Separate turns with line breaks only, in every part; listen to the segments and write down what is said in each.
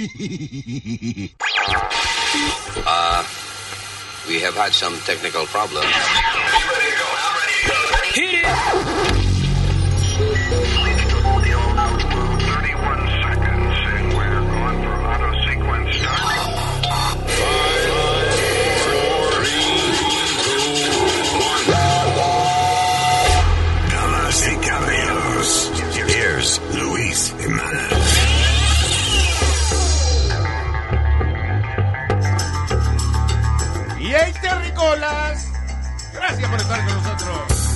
We have had some technical problems.
Hit it!
31 seconds, and we're going for auto sequence start. 5, 4, 3, 2, 1. Damas y caballeros, here's Luis Jimenez.
Y hey, terricolas, gracias por estar con nosotros.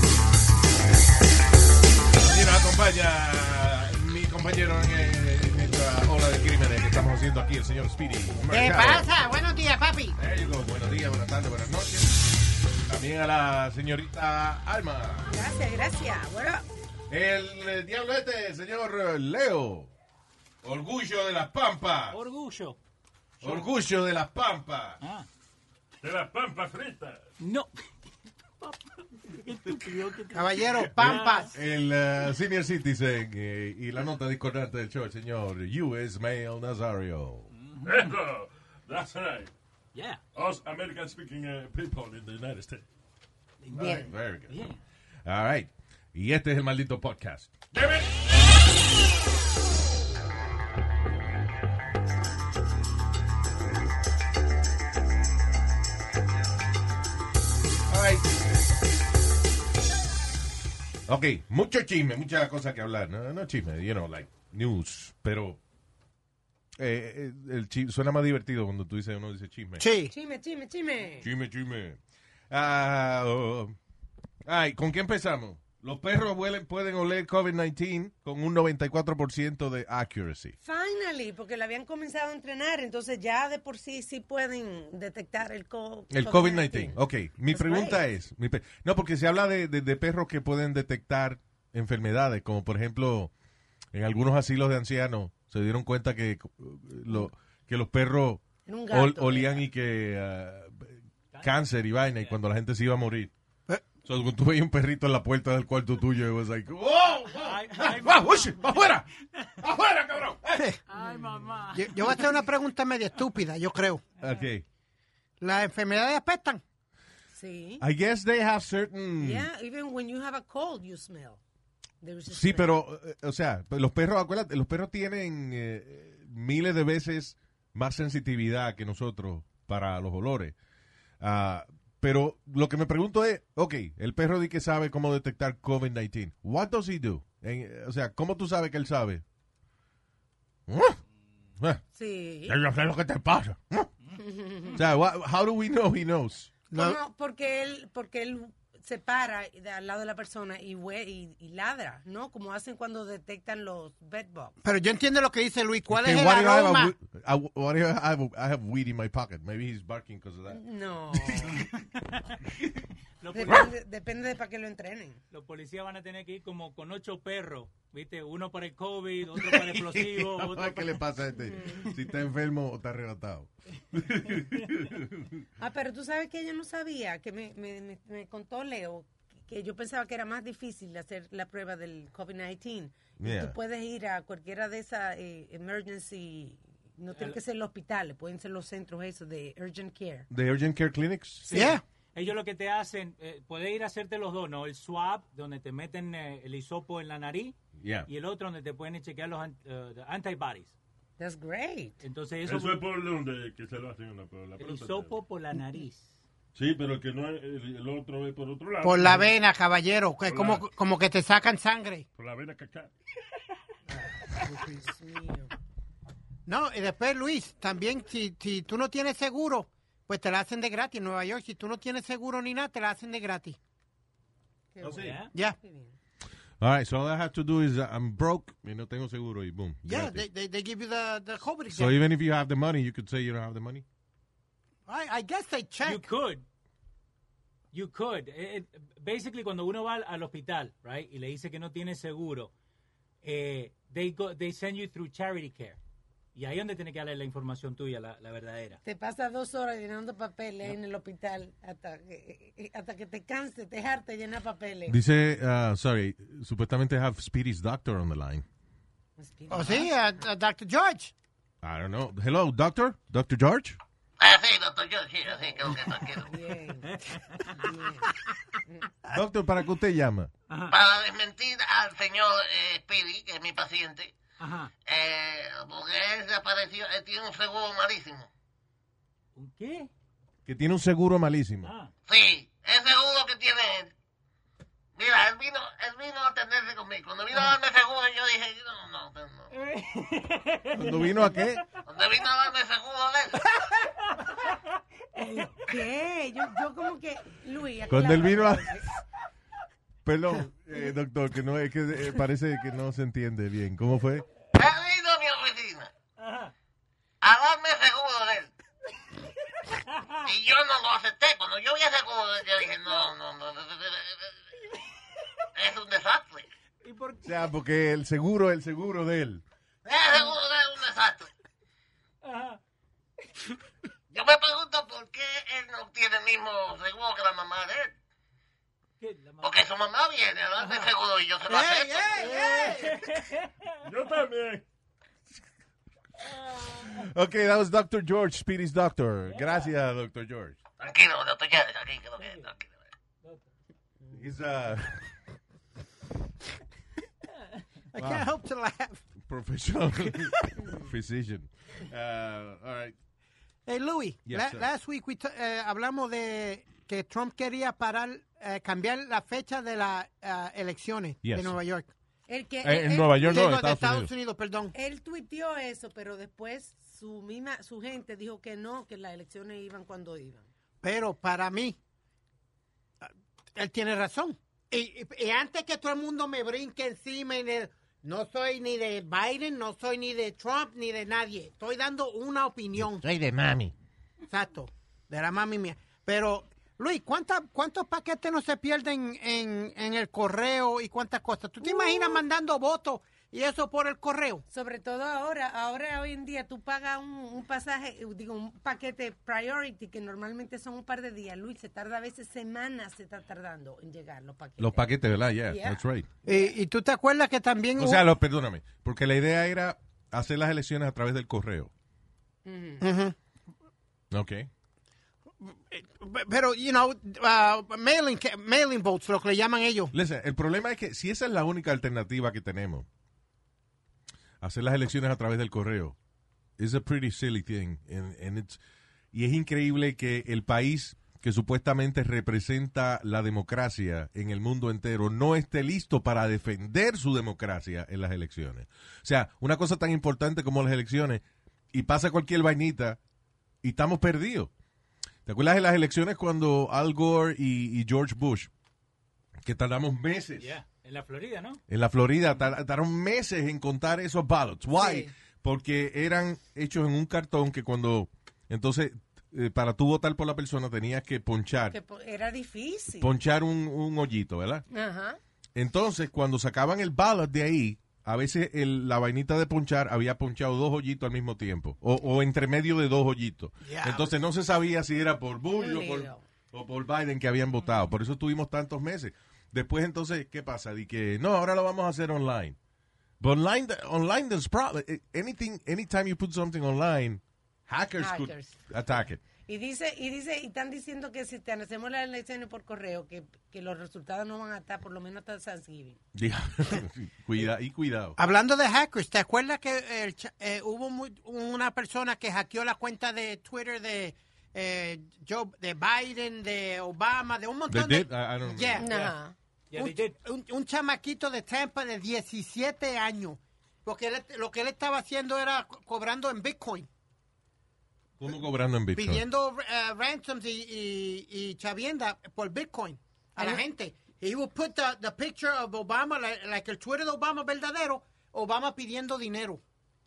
Y nos acompaña mi compañero en esta ola de crímenes que estamos haciendo aquí, el señor Speedy.
¿Qué pasa? Buenos días, papi.
Buenos días, buenas tardes, buenas noches. También a la señorita Alma.
Gracias. Bueno.
El diablete, el señor Leo. Orgullo de las Pampas.
Orgullo.
Orgullo de las Pampas.
De las pampas fritas.
No.
Caballero, Pampas.
El senior citizen y la nota discordante del show, el señor U.S. Mail Nazario.
Eso, that's right.
Yeah.
Us American speaking people in the United States.
Bien. Very good.
Bien.
All right. Y este es el maldito podcast.
Damn it.
All right. Ok, mucho chisme, muchas cosas que hablar. No chisme, like news. Pero el chisme suena más divertido cuando uno dice chisme.
Sí.
Chisme.
Chisme. Ay, ¿con qué empezamos? Los perros pueden oler COVID-19 con un 94% de accuracy.
Finally, porque la habían comenzado a entrenar, entonces ya de por sí pueden detectar el
COVID-19. Ok, mi
That's
pregunta
great.
es, no, porque se habla de perros que pueden detectar enfermedades, como por ejemplo, en algunos asilos de ancianos se dieron cuenta que los perros
En un gato,
olían y que cáncer y vaina, y cuando la gente se iba a morir. So, cuando tú veías un perrito en la puerta del cuarto tuyo, it was like, ¡oh! ¡Afuera! ¡Afuera, cabrón!
Ay, mamá.
Yo voy a hacer una pregunta media estúpida, yo creo.
Okay.
¿Las enfermedades apestan?
Sí.
I guess they have certain...
Yeah, even when you have a cold, you smell. There's a
Sí,
smell.
pero, o sea, los perros, acuérdate, los perros tienen miles de veces más sensitividad que nosotros para los olores. Pero lo que me pregunto es, ok, el perro di que sabe cómo detectar COVID-19. What does he do? O sea, ¿cómo tú sabes que él sabe?
Sí.
Yo sé lo que te pasa. O sea, how do we know he knows?
No, porque él se para al lado de la persona y ladra, ¿no? Como hacen cuando detectan los bedbugs.
Pero yo entiendo lo que dice Luis. ¿Cuál es el
What if
aroma?
what if I have weed in my pocket? Maybe he's barking because of that.
No.
Los
Depende de para qué lo entrenen.
policías van a tener que ir como con 8 perros, ¿viste? Uno para el COVID, otro para el explosivo.
¿Qué le pasa a este? Si está enfermo o está arrebatado.
Pero tú sabes que ella no sabía, que me contó Leo, que yo pensaba que era más difícil hacer la prueba del COVID-19.
Yeah.
Y tú puedes ir a cualquiera de esas emergency, no tiene que ser el hospital, pueden ser los centros esos de urgent care.
The urgent care clinics?
Sí.
Yeah.
Ellos lo que te hacen, puedes ir a hacerte los dos, ¿no? El swab, donde te meten el hisopo en la nariz,
Yeah.
y el otro donde te pueden chequear los antibodies.
That's great.
Entonces
Eso es por donde que se lo hacen por la
el
próstata.
hisopo por la nariz.
Sí, pero que no es, el otro es por otro lado.
Por la vena, caballero. Que
Por la-
como que te sacan sangre.
Por la vena cacá.
Dios mío.
No, y después, Luis, también si tú no tienes seguro, pues te la hacen de gratis en Nueva York. Si tú no tienes seguro ni nada, te la hacen de gratis.
Qué
Oh, sí.
bueno.
Ya.
Qué bien.
All right, so all I have to do is I'm broke y no tengo seguro y boom.
Yeah,
gratis.
they give you the COVID
So
exam.
even if you have the money, you could say you don't have the money?
I guess they check.
You could. Basically, cuando uno va al hospital, right, y le dice que no tiene seguro, they send you through charity care. Y ahí es donde tiene que darle la información tuya, la verdadera.
Te pasas 2 horas llenando papeles en el hospital hasta que te canses, te hartes llenar papeles.
Dice, supuestamente have Speedy's doctor on the line.
Oh, sí, Dr. George.
I don't know. Hello, doctor? Dr. George?
Sí, doctor, yo sí, así, creo que tranquilo.
Bien.
Doctor, ¿para qué usted llama?
Para desmentir al señor Speedy, que es mi paciente,
Ajá.
porque él se apareció, él tiene un seguro malísimo.
¿Un qué?
Que tiene un seguro malísimo.
Ah.
Sí, el seguro que tiene él. Mira, él vino a atenderse conmigo. Cuando vino a darme seguro, yo dije, no.
¿Cuándo vino a qué?
Cuando vino a darme seguro de él.
¿Qué? Yo como que... Luis,
Cuando él vino a...
aclara.
Perdón, doctor, que no es que parece que no se entiende bien. ¿Cómo fue?
Él vino a mi oficina a darme seguro de él. Y yo no lo acepté. Cuando yo vi el seguro de él, yo dije, no. Es un desastre.
¿Y por
O sea, porque el seguro de él.
El seguro de él es un desastre.
Ajá.
Yo me pregunto por qué él no tiene el mismo seguro que la mamá de él.
¿Qué? La mamá-
Porque su mamá viene a darme seguro y yo se lo acepto.
Yo también.
Okay, that was Dr. George, Speedy's doctor. Gracias, Dr. George.
Tranquilo, doctor, ya, tranquilo.
He's
I can't help to laugh.
professional physician. All right.
Hey, Louis,
Yes, sir.
last week hablamos de que Trump quería cambiar la fecha de las elecciones
Yes.
de Nueva York.
El que,
En Nueva York,
Digo,
no,
de
Estados Unidos.
Perdón.
Él tuiteó eso, pero después su gente dijo que no, que las elecciones iban cuando iban.
Pero para mí, él tiene razón. Y antes que todo el mundo me brinque encima, no soy ni de Biden, no soy ni de Trump, ni de nadie. Estoy dando una opinión.
Soy de mami.
Exacto, de la mami mía. Pero, Luis, ¿cuántos paquetes no se pierden en el correo y cuántas cosas? ¿Tú te imaginas mandando votos y eso por el correo?
Sobre todo ahora hoy en día tú pagas un pasaje, un paquete priority que normalmente son un par de días. Luis, se tarda a veces semanas, se está tardando en llegar los paquetes.
Los paquetes, ¿verdad? Yeah,
Yeah.
that's right.
Y tú te acuerdas que también...
O sea, perdóname, porque la idea era hacer las elecciones a través del correo.
Ujú.
Ok.
Pero, mailing votes, lo que le llaman ellos.
Listen, el problema es que si esa es la única alternativa que tenemos, hacer las elecciones a través del correo, it's a pretty silly thing. Y es increíble que el país que supuestamente representa la democracia en el mundo entero no esté listo para defender su democracia en las elecciones. O sea, una cosa tan importante como las elecciones, y pasa cualquier vainita, y estamos perdidos. ¿Te acuerdas de las elecciones cuando Al Gore y George Bush, que tardamos meses?
Yeah. En la Florida, ¿no?
En la Florida tardaron meses en contar esos ballots. Why?
Sí.
Porque eran hechos en un cartón que entonces, para tú votar por la persona tenías que ponchar
Era difícil.
ponchar un hoyito, ¿verdad?
Ajá.
Entonces, cuando sacaban el ballot de ahí, a veces la vainita de ponchar había ponchado 2 hoyitos al mismo tiempo, o entre medio de 2 hoyitos.
Diablo.
Entonces no se sabía si era por Bush
Un lío.
o por Biden que habían votado. Por eso tuvimos tantos meses. Después, entonces, ¿qué pasa? De que, no, ahora lo vamos a hacer online. But online there's problem. Anytime you put something online, hackers could attack it.
Y están diciendo que si te hacemos las elecciones por correo, que los resultados no van a estar por lo menos hasta Thanksgiving.
Cuidado.
Hablando de hackers, ¿te acuerdas que hubo una persona que hackeó la cuenta de Twitter de Biden, de Obama, de un montón
They
de...
did? I don't
Yeah.
remember.
Ajá.
Yeah, they did.
Un chamaquito de Tampa de 17 años. Porque lo que él estaba haciendo era cobrando en Bitcoin.
¿Cómo cobrando en Bitcoin?
Pidiendo ransoms y chavienda por Bitcoin a la gente. He would put the picture of Obama, like el Twitter de Obama verdadero, Obama pidiendo dinero.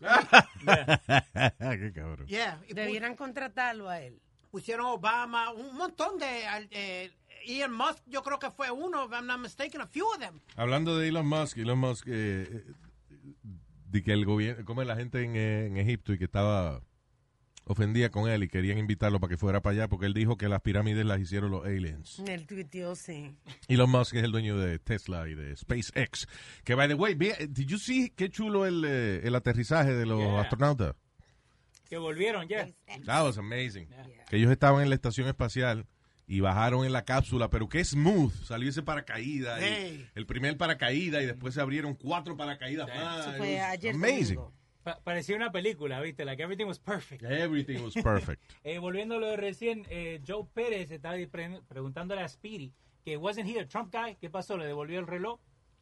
Qué cabrón.
Yeah. Y
Debieran contratarlo a él.
pusieron Obama, un montón de... Elon Musk, yo creo que fue uno, if I'm not mistaken, a few of them.
Hablando de Elon Musk, de que el gobierno, como la gente en Egipto y que estaba ofendida con él y querían invitarlo para que fuera para allá porque él dijo que las pirámides las hicieron los aliens.
El tuiteo, sí.
Elon Musk es el dueño de Tesla y de SpaceX. Que, by the way, did you see qué chulo el aterrizaje de los
Yeah.
astronautas?
Que volvieron ya.
That was amazing.
Yeah.
Que ellos estaban en la estación espacial y bajaron en la cápsula, pero qué smooth. Salió ese paracaídas.
Hey.
El primer paracaídas y después se abrieron 4 paracaídas más.
Eso
It
fue
was
ayer
amazing.
domingo.
Parecía una película, ¿viste? Like everything was perfect.
Everything was perfect.
Volviendo a lo de recién, Joe Pérez estaba preguntándole a Speedy que wasn't he a Trump guy. ¿Qué pasó? ¿Le devolvió el reloj?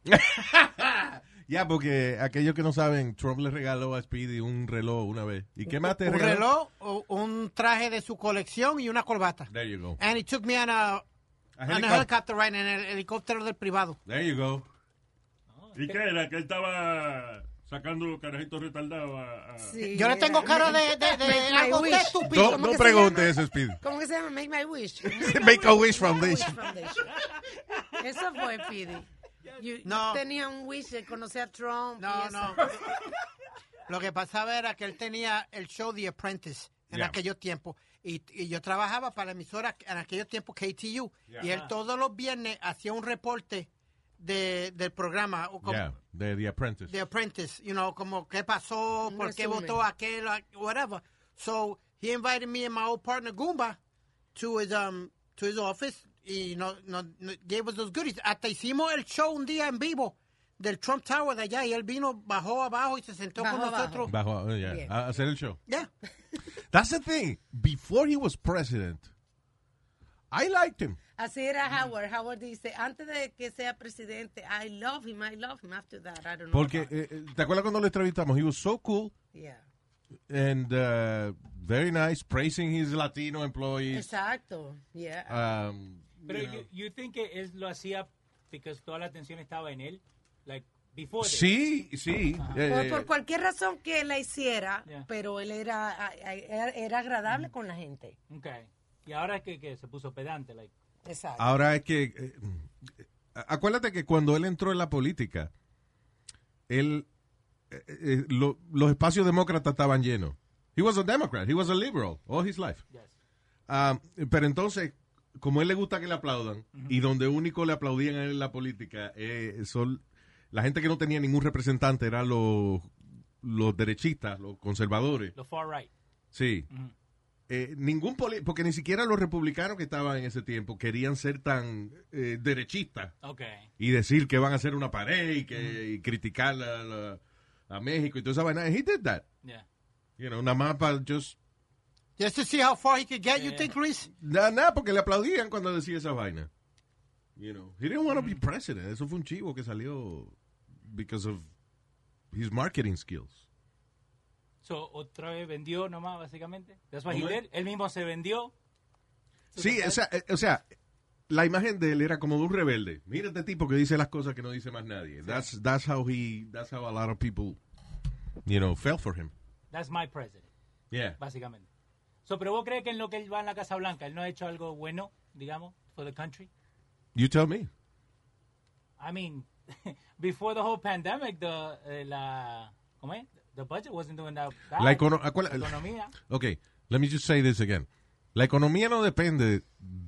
Ya, porque aquellos que no saben, Trump le regaló a Speedy un reloj una vez. ¿Y qué más te
Un
regaló?
reloj, un traje de su colección y una corbata.
There you go.
And he took me on a helicopter ride, en el helicóptero del privado.
There you go.
¿Y qué era? Que él estaba sacando carajitos retardados a...
Sí,
Yo le tengo cara de
Make my
algo de
wish.
estúpido.
¿Cómo
No
que se
pregunte
llama?
eso, Speedy.
¿Cómo que se llama? Make My Wish.
Make a Wish Foundation.
Foundation. Eso fue, Pidi.
No.
Tenía un wish de conocer a Trump.
No,
y eso.
no. Lo que pasaba era que él tenía el show The Apprentice en
Yeah.
aquellos tiempos. Y yo trabajaba para la emisora en aquellos tiempos KTU.
Yeah.
Y él todos los viernes hacía un reporte del programa. O como,
Yeah, The Apprentice.
The Apprentice, you know, como qué pasó,
Un
por qué
resumen.
votó aquel, whatever. So he invited me and my old partner Goomba to his office y no gave us those goodies. Hasta hicimos el show un día en vivo del Trump Tower de allá y él vino, bajó abajo y se sentó
Bajó
con nosotros.
Bajo, yeah,
Bien.
a hacer el show.
Yeah.
That's the thing. Before he was president, I liked him.
Así era Howard. Howard dice, antes de que sea presidente, I love him. After that, I don't know.
Porque,
about it.
¿te acuerdas cuando lo entrevistamos? He was so cool
Yeah.
and very nice, praising his Latino employees.
Exacto. Yeah.
Pero
You know.
you think que él lo hacía porque toda la atención estaba en él? Like, before this?
Sí, sí.
Por cualquier razón que él la hiciera,
Yeah.
pero él era agradable con la gente.
Okay. Y ahora es que se puso pedante, like.
Exacto.
Ahora es que, acuérdate que cuando él entró en la política, él, los espacios demócratas estaban llenos. He was a Democrat, he was a liberal all his life.
Yes.
Pero entonces, como a él le gusta que le aplaudan, y donde único le aplaudían a él en la política, son la gente que no tenía ningún representante, eran los derechistas, los conservadores.
The far right.
Sí. Porque ni siquiera los republicanos que estaban en ese tiempo querían ser tan derechistas
Okay.
y decir que van a hacer una pared y criticar a México y toda esa vaina. And he did that.
Yeah.
You know, nada más para just...
Just to see how far he could get, you think, Luis?
Nada, porque le aplaudían cuando decía esa vaina. You know, he didn't want to be president. Eso fue un chivo que salió because of his marketing skills.
So, otra vez vendió nomás, básicamente. That's what he
¿Cómo es?
did. Él mismo se vendió.
Sí, o sea, la imagen de él era como de un rebelde. Mira este tipo que dice las cosas que no dice más nadie. That's how a lot of people, you know, fell for him.
That's my president,
Yeah.
básicamente. So, pero vos crees que en lo que él va en la Casa Blanca, él no ha hecho algo bueno, digamos, for the country?
You tell me.
I mean, before the whole pandemic, ¿cómo es? The budget wasn't doing that bad.
La
La
economía.
economía.
Okay, let me just say this again. La economía no depende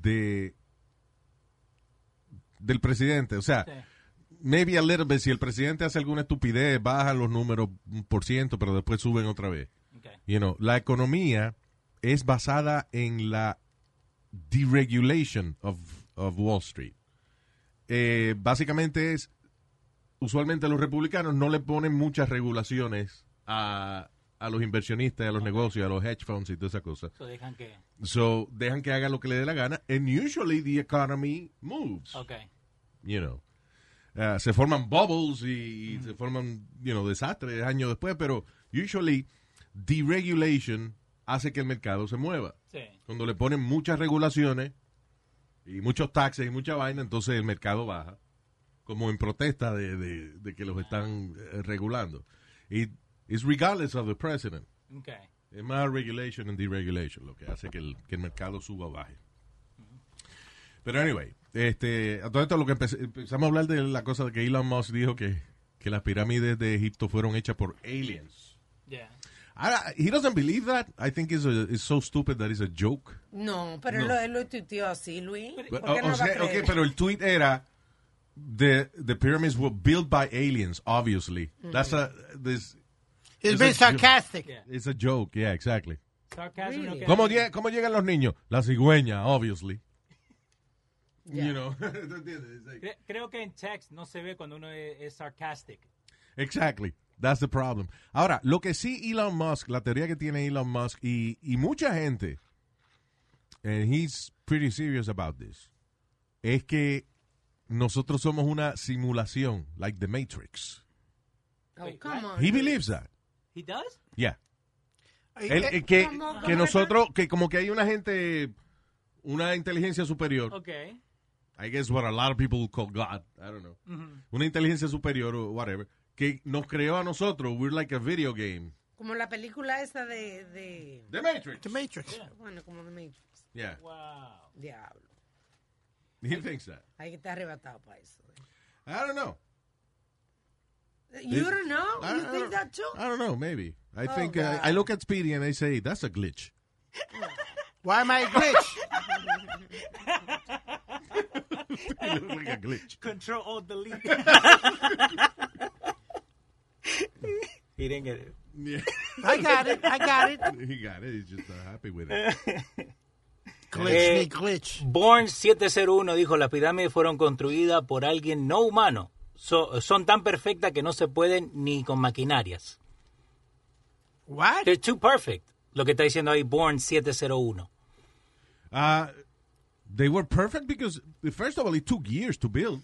del presidente. O sea,
Sí.
maybe a little bit. Si el presidente hace alguna estupidez, baja los números 1%, pero después suben otra vez.
Okay.
You know, la economía es basada en la deregulation of Wall Street. Básicamente usualmente los republicanos no le ponen muchas regulaciones a los inversionistas, a los negocios, a los hedge funds y toda esa cosa.
So, dejan que...
So, dejan que hagan lo que le dé la gana. And usually the economy moves.
Okay.
You know. Se forman bubbles y se forman, you know, desastres años después, pero usually deregulation hace que el mercado se mueva.
Sí.
Cuando le ponen muchas regulaciones y muchos taxes y mucha vaina, entonces el mercado baja, como en protesta de que los están regulando. Y it's regardless of the president.
Okay.
Es más regulation and deregulation lo que hace que el mercado suba o baje. Pero anyway, a todo esto lo que empezamos a hablar de la cosa de que Elon Musk dijo que las pirámides de Egipto fueron hechas por aliens.
Yeah.
He doesn't believe that. I think it's so stupid that it's a joke.
No, pero
No.
él lo tuiteó así, Luis. ¿Por
But,
qué no va a creer?
okay, pero el tweet era the pyramids were built by aliens, obviously. That's
It's been sarcastic.
Yeah.
It's a joke, yeah, exactly.
Sarcasm,
Really?
no
¿Cómo,
queda-
¿Cómo llegan los niños? La cigüeña, obviously.
Yeah.
You know. ¿Tú entiendes? It's like-
Creo que en text no se ve cuando uno es sarcastic.
Exactly. That's the problem. Ahora, lo que sí Elon Musk, la teoría que tiene Elon Musk y mucha gente, and he's pretty serious about this, es que nosotros somos una simulación, like the Matrix.
Oh,
Wait,
come
what?
on.
He believes that.
He does?
Yeah.
Eh,
Que nosotros, que como que hay una gente, una inteligencia superior,
Okay.
I guess what a lot of people call God, I don't know, una inteligencia superior o whatever, que nos creó a nosotros, we're like a video game.
Como la película esa de...
The Matrix.
The Matrix.
Bueno, como The Matrix.
Yeah,
Wow.
Diablo.
he thinks that.
Hay que estar arrebatado para eso.
I don't know.
You don't know? You think that too?
I don't know, maybe. I
Oh,
think,
God.
I look at Speedy and I say, that's a glitch.
Why am I a glitch?
You look like a glitch.
Control Alt Delete. He didn't get it.
Yeah.
I got it. I got it.
He got it, he's just happy with it.
Glitch, me glitch.
Born 701 dijo, las pirámides fueron construidas por alguien no humano. Son tan perfectas que no se pueden ni con maquinarias.
What?
They're too perfect. Lo que está diciendo ahí Born 701.
They were perfect because, first of all, it took years to build.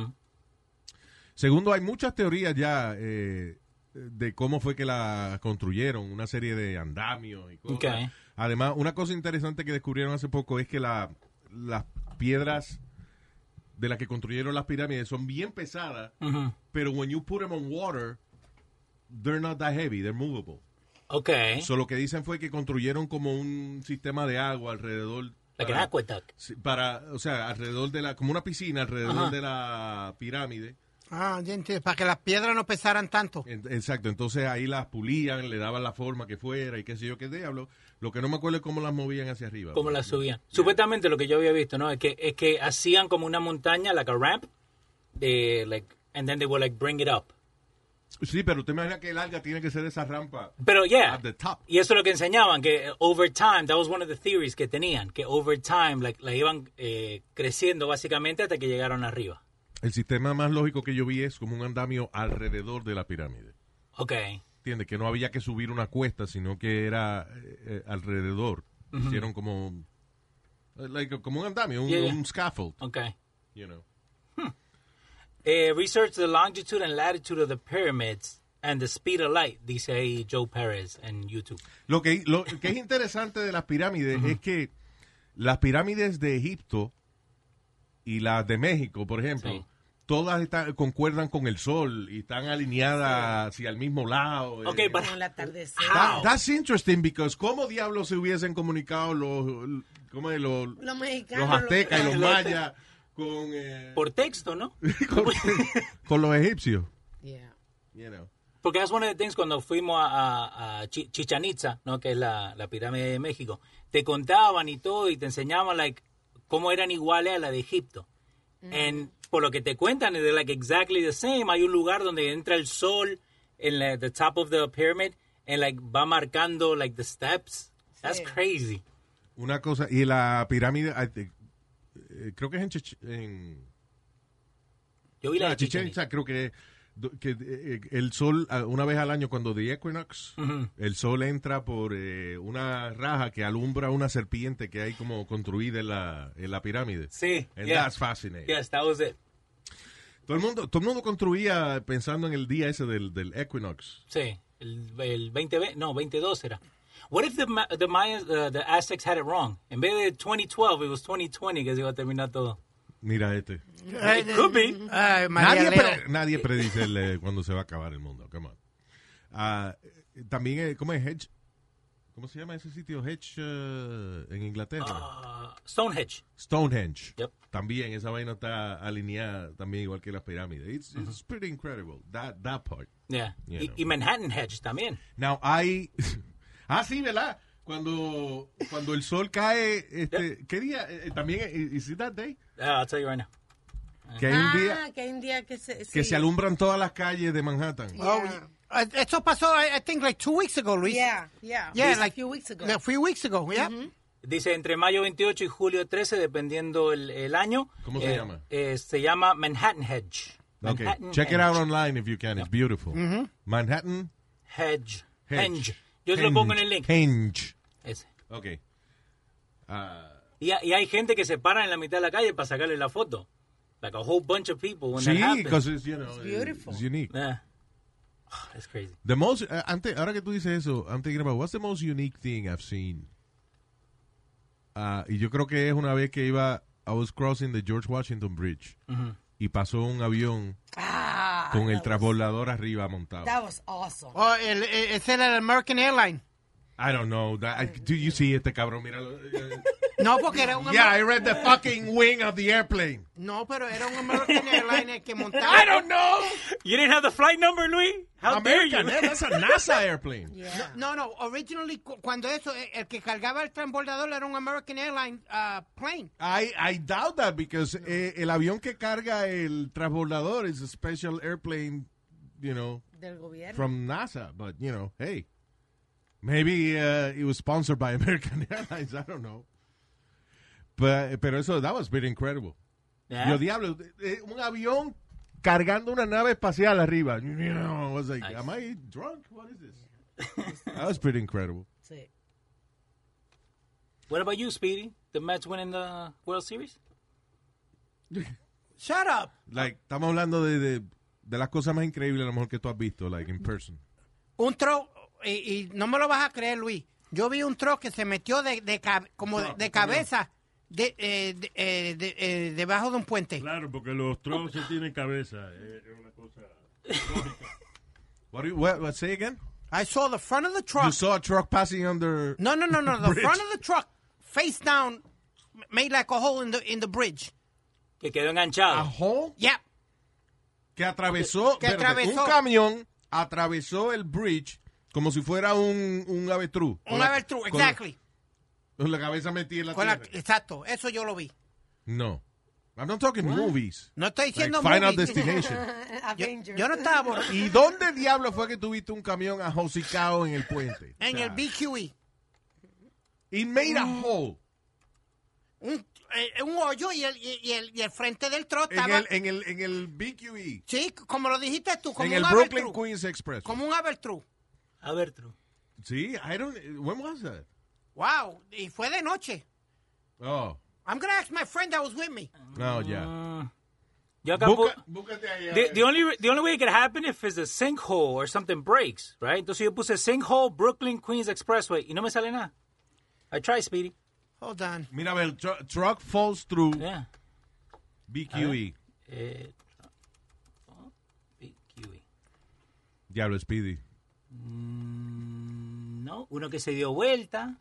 Segundo, hay muchas teorías ya de cómo fue que la construyeron, una serie de andamios y cosas.
Okay.
Además, una cosa interesante que descubrieron hace poco es que las piedras de las que construyeron las pirámides son bien pesadas, pero when you put them on water, they're not that heavy, they're movable.
Okay.
So, lo que dicen fue que construyeron como un sistema de agua alrededor.
Like an aqueduct.
Sí, o sea, alrededor de como una piscina alrededor de la pirámide.
Ah, ya entiendo. Para que las piedras no pesaran tanto.
Exacto, entonces ahí las pulían, le daban la forma que fuera y qué sé yo qué diablo. Lo que no me acuerdo es cómo las movían hacia arriba.
Cómo las subían. Supuestamente lo que yo había visto, ¿no? Es que hacían como una montaña, like a ramp, and then they would like bring it up.
Sí, pero usted imagina que el alga tiene que ser esa rampa
Pero yeah,
at the top.
y eso es lo que enseñaban, que over time, that was one of the theories que tenían, que over time la iban creciendo básicamente hasta que llegaron arriba.
El sistema más lógico que yo vi es como un andamio alrededor de la pirámide.
Okay.
¿Entiendes? Que no había que subir una cuesta, sino que era alrededor. Hicieron como un andamio, un scaffold.
Okay.
You know.
Research the longitude and latitude of the pyramids and the speed of light, dice ahí Joe Perez en YouTube.
Lo que es interesante de las pirámides es que las pirámides de Egipto y las de México, por ejemplo,
Sí.
todas concuerdan con el sol y están alineadas hacia el mismo lado.
Okay, but
Como el atardecer.
That's interesting because ¿cómo diablos se hubiesen comunicado los
Los mexicanos.
los aztecas y los mayas con,
por texto, ¿no?
con los egipcios?
Yeah.
You know.
Porque es one of the things cuando fuimos a Chichén Itzá, ¿no? Que es la pirámide de México. Te contaban y todo y te enseñaban like cómo eran iguales a la de Egipto. And por lo que te cuentan, they're like exactly the same. Hay un lugar donde entra el sol en the top of the pyramid and like va marcando like the steps. That's crazy.
Una cosa, y la pirámide, creo que es en
Yo vi la de
Chichén
Chichén Itzá.
Itzá, creo que el sol, una vez al año, cuando the equinox, el sol entra por una raja que alumbra una serpiente que hay como construida en la pirámide.
Sí.
And
yeah.
that's fascinating.
Yes, that was it.
Todo el mundo construía pensando en el día ese del equinox.
Sí. El 2020, no, 22 era. What if the Mayans, the Aztecs had it wrong? En vez de 2012, it was 2020 que se iba a terminar todo.
Mira este.
It could be.
Ay, María Leo.
Nadie predice cuando se va a acabar el mundo. Come on. También, ¿cómo es Hedge? ¿Cómo se llama ese sitio? Hedge en Inglaterra.
Stonehenge.
Stonehenge.
Yep.
También esa vaina está alineada también igual que las pirámides. It's pretty incredible. That part.
Yeah.
You know.
Y Manhattan Hedge también.
Now, sí, ¿verdad? Cuando el sol cae, ¿qué día? También, is it that day?
I'll tell you right now.
Que hay un día
Que hay un día que
que se alumbran todas las calles de Manhattan.
Oh, Esto pasó, I think, like 2 weeks ago, Luis.
Yeah,
like
a few weeks ago.
A few weeks ago, yeah.
Dice entre mayo 28 y julio 13, dependiendo el año.
¿Cómo se llama?
Se llama Manhattan Hedge.
Okay.
Manhattan
Check it
Hedge.
out online if you can. It's beautiful. Manhattan
Hedge.
Hedge.
Yo te lo pongo en el link.
Henge.
Ese.
Okay.
Y hay gente que se para en la mitad de la calle para sacarle la foto. Like a whole bunch of people when that
Sí,
happens.
because it's, you know,
beautiful.
it's unique.
Yeah. Oh, that's crazy.
The most, ahora que tú dices eso, I'm thinking about what's the most unique thing I've seen. Y yo creo que es una vez que I was crossing the George Washington Bridge y pasó un avión con el transbordador arriba montado.
That was awesome.
Oh, ese era el American Airlines.
I don't know. Do you see este cabrón? Míralo.
No, porque era un
Yeah, I read the fucking wing of the airplane.
No, pero era un American Airlines que montaba.
I don't know.
You didn't have the flight number, Luis? How dare you?
That's a NASA airplane.
Yeah.
No, originally, cuando eso, el que cargaba el transbordador era un American Airlines plane.
I doubt that because el avión que carga el transbordador is a special airplane, you know,
Del gobierno.
from NASA. But, you know, hey, maybe it was sponsored by American Airlines. I don't know. Pero eso, that was very incredible.
Yeah.
Yo, diablo, un avión cargando una nave espacial arriba. You know, I was like, am I drunk? What is this? That was pretty incredible.
Sí.
What about you, Speedy? The Mets winning the World Series?
Shut up.
Like, estamos hablando de las cosas más increíbles a lo mejor que tú has visto, like, in person.
Un tro, y no me lo vas a creer, Luis. Yo vi un tro que se metió de cabeza debajo de un puente.
Claro, porque los trolls se tienen cabeza. Es una cosa lógica.
What, say again?
I saw the front of the truck.
You saw a truck passing under...
No. The
bridge.
front of the truck, face down, made like a hole in the bridge.
Que quedó enganchado.
A hole
Yeah.
que atravesó...
Que
espérate,
atravesó.
un camión atravesó el bridge como si fuera un avestruz.
Un avestruz, exactly.
Con la cabeza metida en la tierra.
Exacto, eso yo lo vi.
No. I'm not talking movies.
No estoy diciendo
Like Final
movies.
Destination.
Avengers.
Yo no estaba borracho.
¿Y dónde diablo fue que tuviste un camión ajosicado en el puente?
En el BQE.
It made a hole.
Un hoyo y el frente del truck estaba...
En el BQE.
Sí, como lo dijiste tú, como
En
un
el Brooklyn
avestruz.
Queens Express.
Como un avestruz.
A ver, true.
Sí, when was that?
Wow, y fue de noche.
Oh,
I'm going to ask my friend that was with me.
no, ya.
Yo acá
Búscate ahí.
the only way it could happen if it's a sinkhole or something breaks, right? Entonces yo puse sinkhole Brooklyn Queens Expressway y no me sale nada. I try, Speedy.
Hold on.
Mira, a ver, truck falls through
Yeah.
BQE.
BQE.
Diablo, Speedy.
No, uno que se dio vuelta.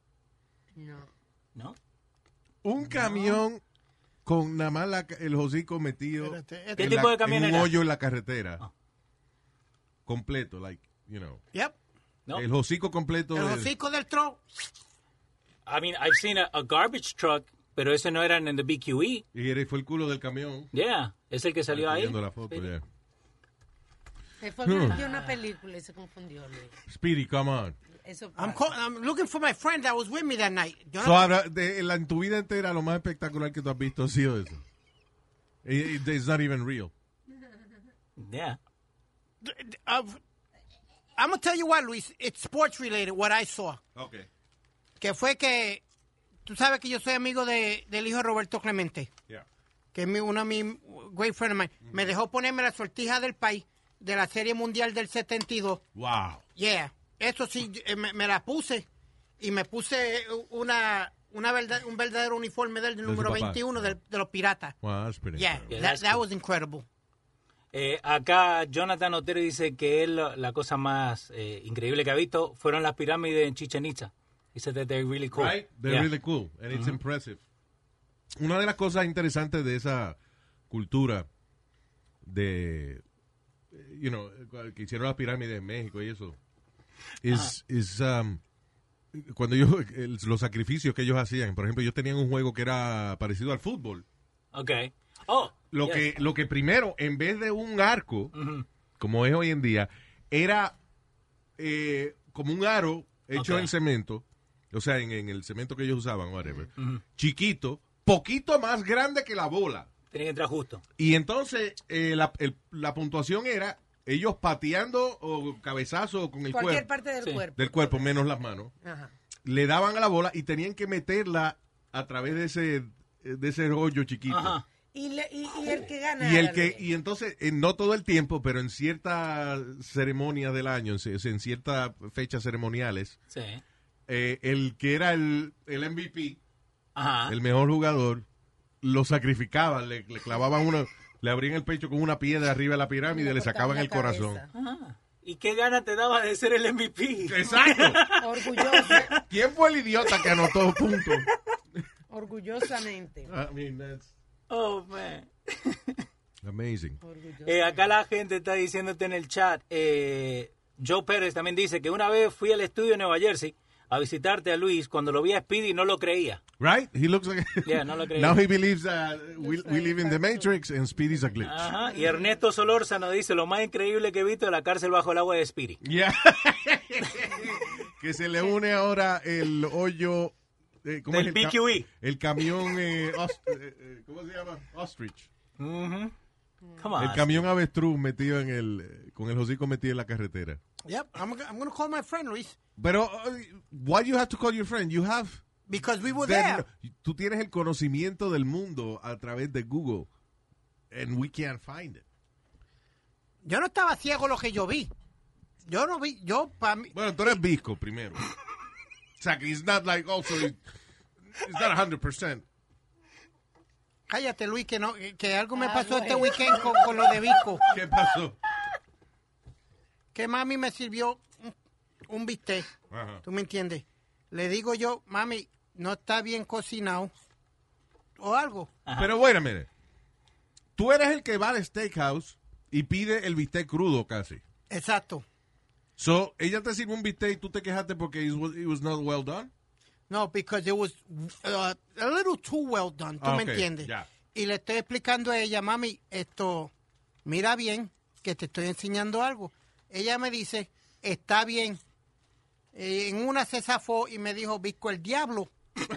No.
Un camión con nada más el hocico metido
Espérate,
¿Qué tipo de camión
en un
era?
hoyo en la carretera. Completo, like, you know.
Yep.
No.
El hocico completo.
El hocico del truck.
I mean, I've seen a garbage truck, pero ese no era en the BQE.
Y fue el culo del camión.
Yeah, es el que salió ahí.
Viendo la foto, yeah.
Se fue a ver una película y se confundió, Luis.
Speedy, come on.
Eso
I'm
pasa.
looking for my friend that was with me that night. Yo
So,
no-
ahora, en tu vida entera, lo más espectacular que tú has visto ha sido eso. It's not even real.
Yeah.
I'm going to tell you what, Luis. It's sports related, what I saw.
Okay.
Que fue que... Tú sabes que yo soy amigo del hijo de Roberto Clemente.
Yeah.
Que es uno de mis great friends of mine. Me dejó ponerme la sortija del país de la Serie Mundial del 72.
Wow.
Yeah. Eso sí, me la puse. Y me puse un verdadero uniforme del
su
número
papá.
21 de los piratas.
Wow, that's pretty
Yeah,
incredible.
that's
that
cool.
was incredible.
Acá Jonathan Otero dice que él la cosa más increíble que ha visto fueron las pirámides en Chichen Itza. He said that they're really cool.
Right? They're
Yeah.
really cool, and it's impressive. Una de las cosas interesantes de esa cultura de, you know, que hicieron las pirámides en México y eso, es cuando los sacrificios que ellos hacían. Por ejemplo, ellos tenían un juego que era parecido al fútbol.
Okay. Oh.
Lo que primero, en vez de un arco, como es hoy en día, era como un aro hecho
Ok.
en cemento, o sea, en el cemento que ellos usaban, whatever, chiquito, poquito más grande que la bola.
Tiene que entrar justo.
Y entonces la puntuación era ellos pateando o cabezazo con el
Cualquier
cuerpo,
parte del
Sí.
cuerpo.
del cuerpo, menos las manos.
Ajá.
Le daban a la bola y tenían que meterla a través de ese rollo chiquito.
Ajá.
Y el que gana.
Y entonces, no todo el tiempo, pero en ciertas ceremonias del año, en ciertas fechas ceremoniales,
Sí.
el que era el MVP,
Ajá.
el mejor jugador, lo sacrificaban, le clavaban uno, le abrían el pecho con una piedra arriba de la pirámide y le sacaban el corazón.
Ajá. ¿Y qué gana te daba de ser el MVP?
Exacto.
Orgulloso.
¿Quién fue el idiota que anotó puntos?
Orgullosamente.
I mean, that's
Oh, man.
amazing.
Acá la gente está diciéndote en el chat. Joe Pérez también dice que una vez fui al estudio de Nueva Jersey a visitarte a Luis. Cuando lo vi a Speedy no lo creía.
Right? He looks like...
Yeah, no lo creía.
Now he believes we live in the Matrix and Speedy's a glitch.
Ajá. Y Ernesto Solórzano dice lo más increíble que he visto de la cárcel bajo el agua de Speedy.
Yeah. Que se le une ahora el hoyo... ¿cómo
Del
es el
PQE.
el camión... ¿cómo se llama? Ostrich.
Come on.
El camión avestruz metido con el hocico metido en la carretera.
Yep, I'm going to call my friend, Luis,
Pero, why you have to call your friend? You have...
because we were there.
Tú tienes el conocimiento del mundo a través de Google. And we can't find it.
Yo no estaba ciego lo que yo vi. Yo no vi, para mí...
Bueno, tú eres visco primero. O sea, que it's not like also... It's not 100%.
Cállate, Luis, que algo me pasó este weekend con lo de Visco.
¿Qué pasó?
Que mami me sirvió un bistec.
Ajá.
¿Tú me entiendes? Le digo yo, mami, no está bien cocinado. O algo.
Pero wait a minute. Tú eres el que va al steakhouse y pide el bistec crudo casi.
Exacto.
So, ella te sirve un bistec y tú te quejaste porque it was not well done.
No, because it was a little too well done. ¿Tú me
Okay,
entiendes?
ya.
Y le estoy explicando a ella, mami, mira bien, que te estoy enseñando algo. Ella me dice, está bien. En una se zafó y me dijo, Visco el diablo.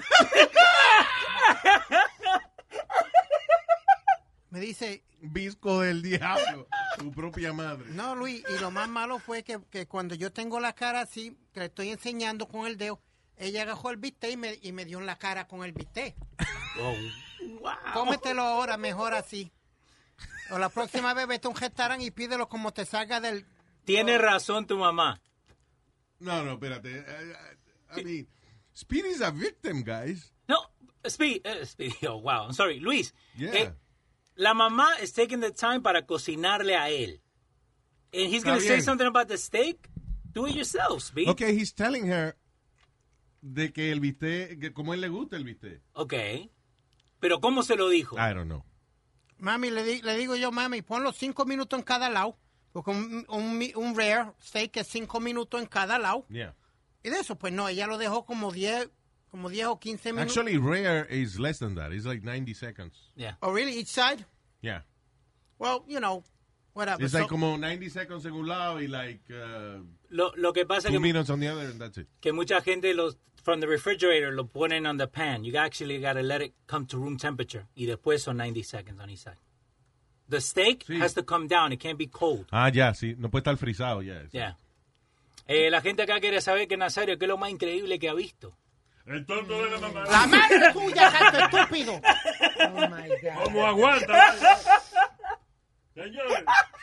Me dice,
Visco del diablo. Tu propia madre.
no, Luis, y lo más malo fue que cuando yo tengo la cara así, que le estoy enseñando con el dedo, ella agarró el bistec y me dio en la cara con el bistec.
Wow.
Cómetelo ahora, mejor así. O la próxima vez vete a un restaurante y pídelo como te salga del...
Tiene razón tu mamá.
No, espérate. I mean, Speedy's a victim, guys.
No, Speedy, oh, wow, I'm sorry. Luis,
Yeah.
la mamá is taking the time para cocinarle a él. And he's going to say
bien.
something about the steak? Do it yourself, Speedy.
Okay, he's telling her de que el bistec, que como él le gusta el bistec.
Okay. Pero ¿cómo se lo dijo?
I don't know.
Mami, le digo yo, mami, ponlo 5 minutos en cada lado. Porque un rare steak es 5 minutos en cada lado.
Yeah.
Y de eso, pues no, ella lo dejó como 10 o 15 minutos.
Actually, rare is less than that. It's like 90 seconds.
Yeah.
Oh, really? Each side?
Yeah.
Well, whatever.
It's like como 90 seconds en un lado y like
Lo que pasa
2
es
minutes on the other and that's it.
que mucha gente from the refrigerator lo ponen on the pan. You actually got to let it come to room temperature. Y después son 90 seconds on each side. The steak
Sí.
has to come down. It can't be cold.
Ah, ya, sí. No puede estar frisado, ya.
Yeah. La gente acá quiere saber que Nazario, ¿qué es lo más increíble que ha visto?
El tonto de la mamá.
La madre tuya, canto estúpido.
Oh my God.
¿Cómo aguanta? vaya? Señores,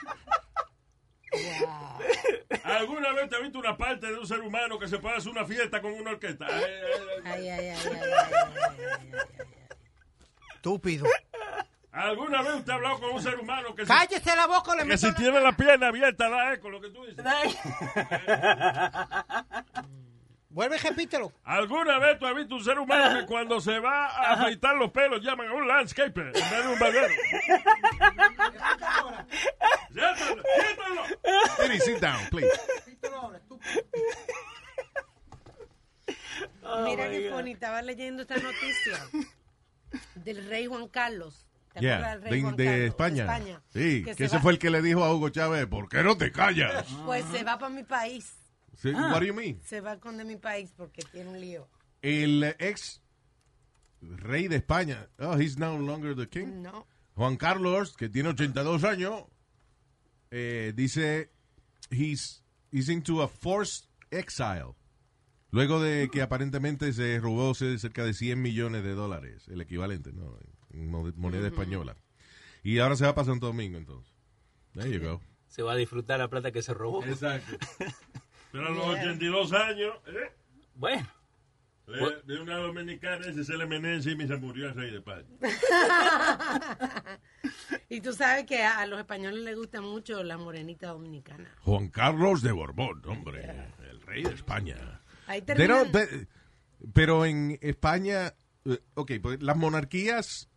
Wow.
¿alguna vez te has visto una parte de un ser humano que se puede hacer una fiesta con una orquesta?
Ay.
Estúpido.
¿Alguna vez usted ha hablado con un ser humano que,
Cállese la boca, le
que
meto
si
la-
tiene la pierna abierta da eco, lo que tú dices?
Vuelve y repítelo.
¿Alguna vez tú has visto un ser humano que cuando se va a afeitar los pelos llaman a un landscaper en vez de un barbero? ¡Siéntalo! ¡Siéntalo!
Speedy, sit down, please.
Mira qué bonita, estaba leyendo esta noticia del rey Juan Carlos ¿Te
Yeah,
acuerdas del rey Juan
de
Carlos?
España. Sí,
Que
que
se
ese
va-
fue el que le dijo a Hugo Chávez, ¿por qué no te callas?
Pues se va para mi país.
Sí, What do you mean?
Se va con de mi país porque tiene un lío.
El ex rey de España, he's no longer the king.
No.
Juan Carlos, que tiene 82 años, dice he's into a forced exile. Luego de que aparentemente se robó cerca de $100 millones, el equivalente, ¿no? En moneda española. Y ahora se va para Santo Domingo, entonces. There you go.
Se va a disfrutar la plata que se robó.
Exacto.
Pero a los 82 años,
Bueno.
de una dominicana, ese se le menense y se murió el rey de España.
Y tú sabes que a los españoles les gusta mucho la morenita dominicana.
Juan Carlos de Borbón, hombre, el rey de España.
Ahí
They
terminan.
don't- pero en España, pues las monarquías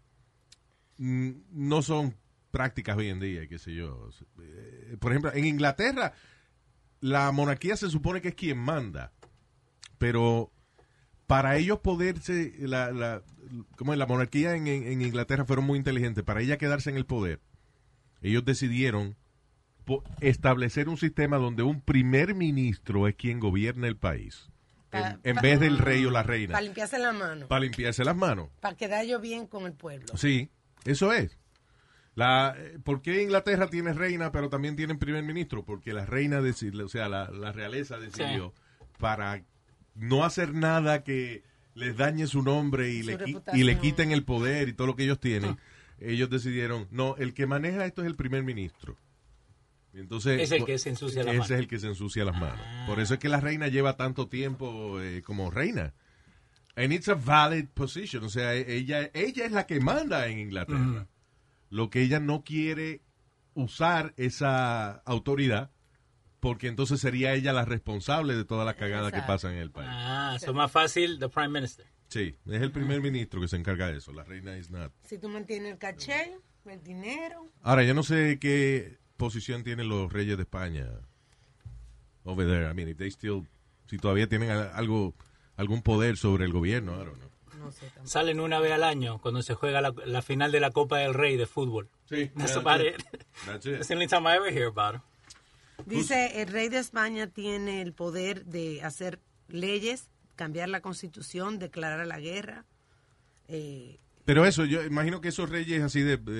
no son prácticas hoy en día, qué sé yo. Por ejemplo, en Inglaterra, la monarquía se supone que es quien manda, pero para ellos poderse, como la monarquía en Inglaterra fueron muy inteligentes, para ella quedarse en el poder, ellos decidieron establecer un sistema donde un primer ministro es quien gobierna el país, en vez del rey o la reina.
Para limpiarse la mano.
Para limpiarse las manos.
Para quedar yo bien con el pueblo.
Sí, eso es. ¿Por qué Inglaterra tiene reina pero también tiene primer ministro? Porque la reina decidió, o sea, la realeza decidió para no hacer nada que les dañe su nombre y,
Su
le
reputación.
quiten el poder y todo lo que ellos tienen. Ellos decidieron, no, el que maneja esto es el primer ministro. Y entonces,
Es el que se ensucia las manos.
Ese es el que se ensucia las manos. Por eso es que la reina lleva tanto tiempo como reina. And it's a valid position. O sea, ella es la que manda en Inglaterra. Lo que ella no quiere usar esa autoridad porque entonces sería ella la responsable de todas las cagadas que pasan en el país.
Eso es más fácil, the Prime Minister.
Sí, es el primer ministro que se encarga de eso. La reina is not.
Si tú mantienes el caché, el dinero.
Ahora, yo no sé qué posición tienen los reyes de España over there. I mean, if they still, si todavía tienen algún poder sobre el gobierno, I don't know.
No sé tampoco.
Salen una vez al año cuando se juega la final de la Copa del Rey de fútbol.
Sí,
That's about it.
That's it.
That's the only time I ever hear about it.
Dice, el rey de España tiene el poder de hacer leyes, cambiar la constitución, declarar la guerra.
Pero eso, yo imagino que esos reyes así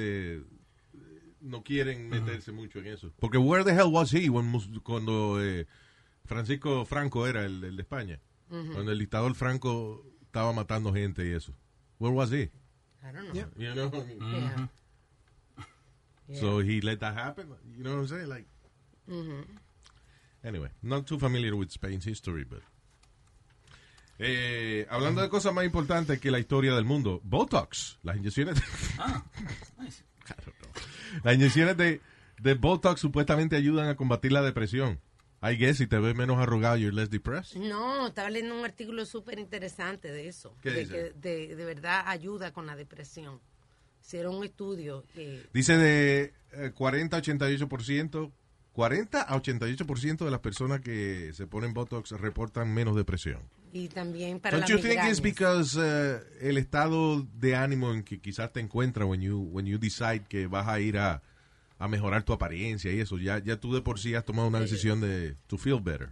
no quieren meterse mucho en eso. Porque where the hell was he cuando Francisco Franco era el de España? Cuando el dictador Franco estaba matando gente y eso. Where was he?
I don't know.
You know?
Yeah. Yeah.
So he let that happen? You know what I'm saying? Like, anyway, not too familiar with Spain's history, but... hablando de cosas más importantes que la historia del mundo, Botox, las inyecciones...
Nice.
Las inyecciones de Botox supuestamente ayudan a combatir la depresión. I guess si te ves menos arrugado, you're less depressed.
No, estaba leyendo un artículo súper interesante de eso.
¿Qué
de
dice?
que de verdad ayuda con la depresión. Hicieron un estudio.
Dice de 40 a 88%, 40 a 88% de las personas que se ponen Botox reportan menos depresión.
Y también para
Don't
la
you think it's because el estado de ánimo en que quizás te encuentras when you decide que vas a ir a mejorar tu apariencia y eso, ya tú de por sí has tomado una decisión de to feel better.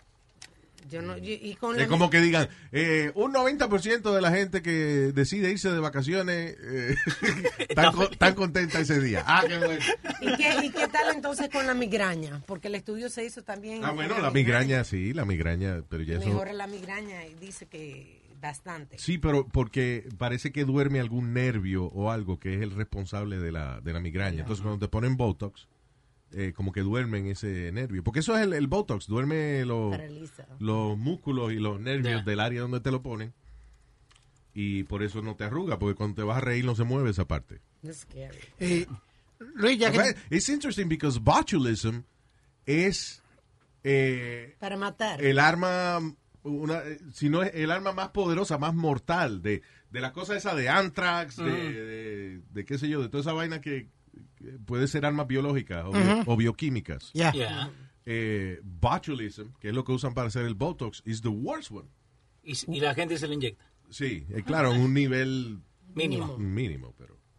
Y con
Es como que digan, un 90% de la gente que decide irse de vacaciones tan contenta ese día. Ah, qué bueno.
¿Y qué tal entonces con la migraña? Porque el estudio se hizo también.
Bueno, la migraña, sí, la migraña, pero ya eso...
Mejora la migraña y dice que bastante.
Sí, pero porque parece que duerme algún nervio o algo que es el responsable de la migraña. Entonces, cuando te ponen Botox, como que duermen ese nervio. Porque eso es el Botox, duerme los músculos y los nervios del área donde te lo ponen. Y por eso no te arruga, porque cuando te vas a reír no se mueve esa parte.
That's scary.
Luis, ya que...
It's interesting because botulism es...
para matar.
El arma... si no es el arma más poderosa, más mortal de las cosas esas de anthrax, de qué sé yo, de toda esa vaina que puede ser armas biológicas o bioquímicas.
Yeah.
Botulism, que es lo que usan para hacer el Botox, is the worst one.
Y la gente se lo inyecta.
Sí, claro, en un nivel
Mínimo.
mínimo, pero...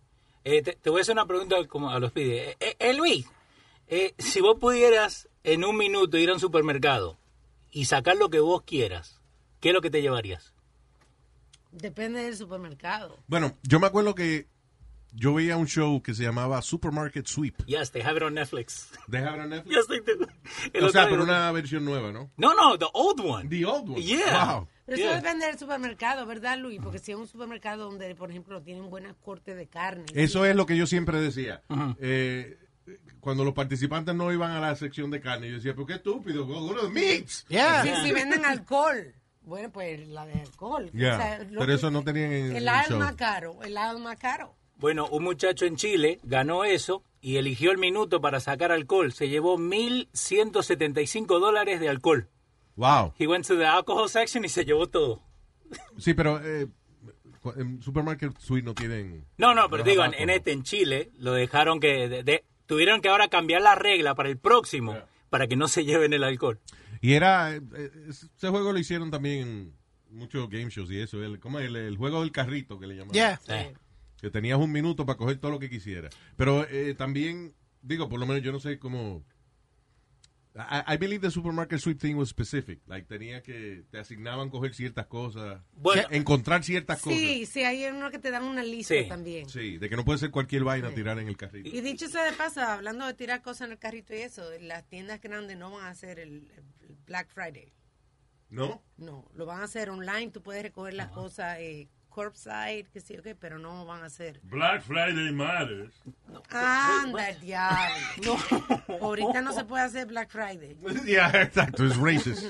Te voy a hacer una pregunta como a los pide. Luis, si vos pudieras en un minuto ir a un supermercado y sacar lo que vos quieras, ¿qué es lo que te llevarías?
Depende del supermercado.
Bueno, yo me acuerdo que yo veía un show que se llamaba Supermarket Sweep.
Yes, they have it on Netflix.
¿They have it on Netflix?
Yes, they do.
O sea, pero una versión nueva, ¿no?
No, the old one.
The old one.
Yeah.
Wow.
Pero
Yeah.
eso depende del supermercado, ¿verdad, Luis? Porque si es un supermercado donde, por ejemplo, tienen buenas cortes de carne.
Eso
sí.
es lo que yo siempre decía. Cuando los participantes no iban a la sección de carne, yo decía, pero qué estúpido, go to the meats.
Yeah.
Si venden alcohol. Bueno, pues la de alcohol.
Yeah.
O sea,
Pero eso no tenían en
el
el
helado
show.
más caro, el helado más caro.
Bueno, un muchacho en Chile ganó eso y eligió el minuto para sacar alcohol. Se llevó $1,175 de alcohol.
Wow.
He went to the alcohol section y se llevó todo.
Sí, pero en Supermarket Sweep no tienen...
No, pero
los
digo,
alcohol.
en Chile lo dejaron que... tuvieron que ahora cambiar la regla para el próximo para que no se lleven el alcohol.
Y era... ese juego lo hicieron también en muchos game shows y eso. ¿Cómo es? El juego del carrito que le llamaban.
Yeah.
Que tenías un minuto para coger todo lo que quisieras. Pero también, digo, por lo menos yo no sé cómo... I believe the supermarket sweep thing was specific. Like, te asignaban coger ciertas cosas,
Bueno.
encontrar ciertas cosas.
Sí, hay uno que te dan una lista
Sí.
también.
Sí, de que no puede ser cualquier vaina tirar en el carrito.
Y dicho sea de paso, hablando de tirar cosas en el carrito y eso, las tiendas grandes no van a hacer el Black Friday.
¿No?
No, lo van a hacer online. Tú puedes recoger las cosas curbside, que sí, okay, pero no van a hacer.
Black Friday matters.
Anda, el diablo. Ahorita no se puede hacer Black Friday.
Yeah, exacto, es racist.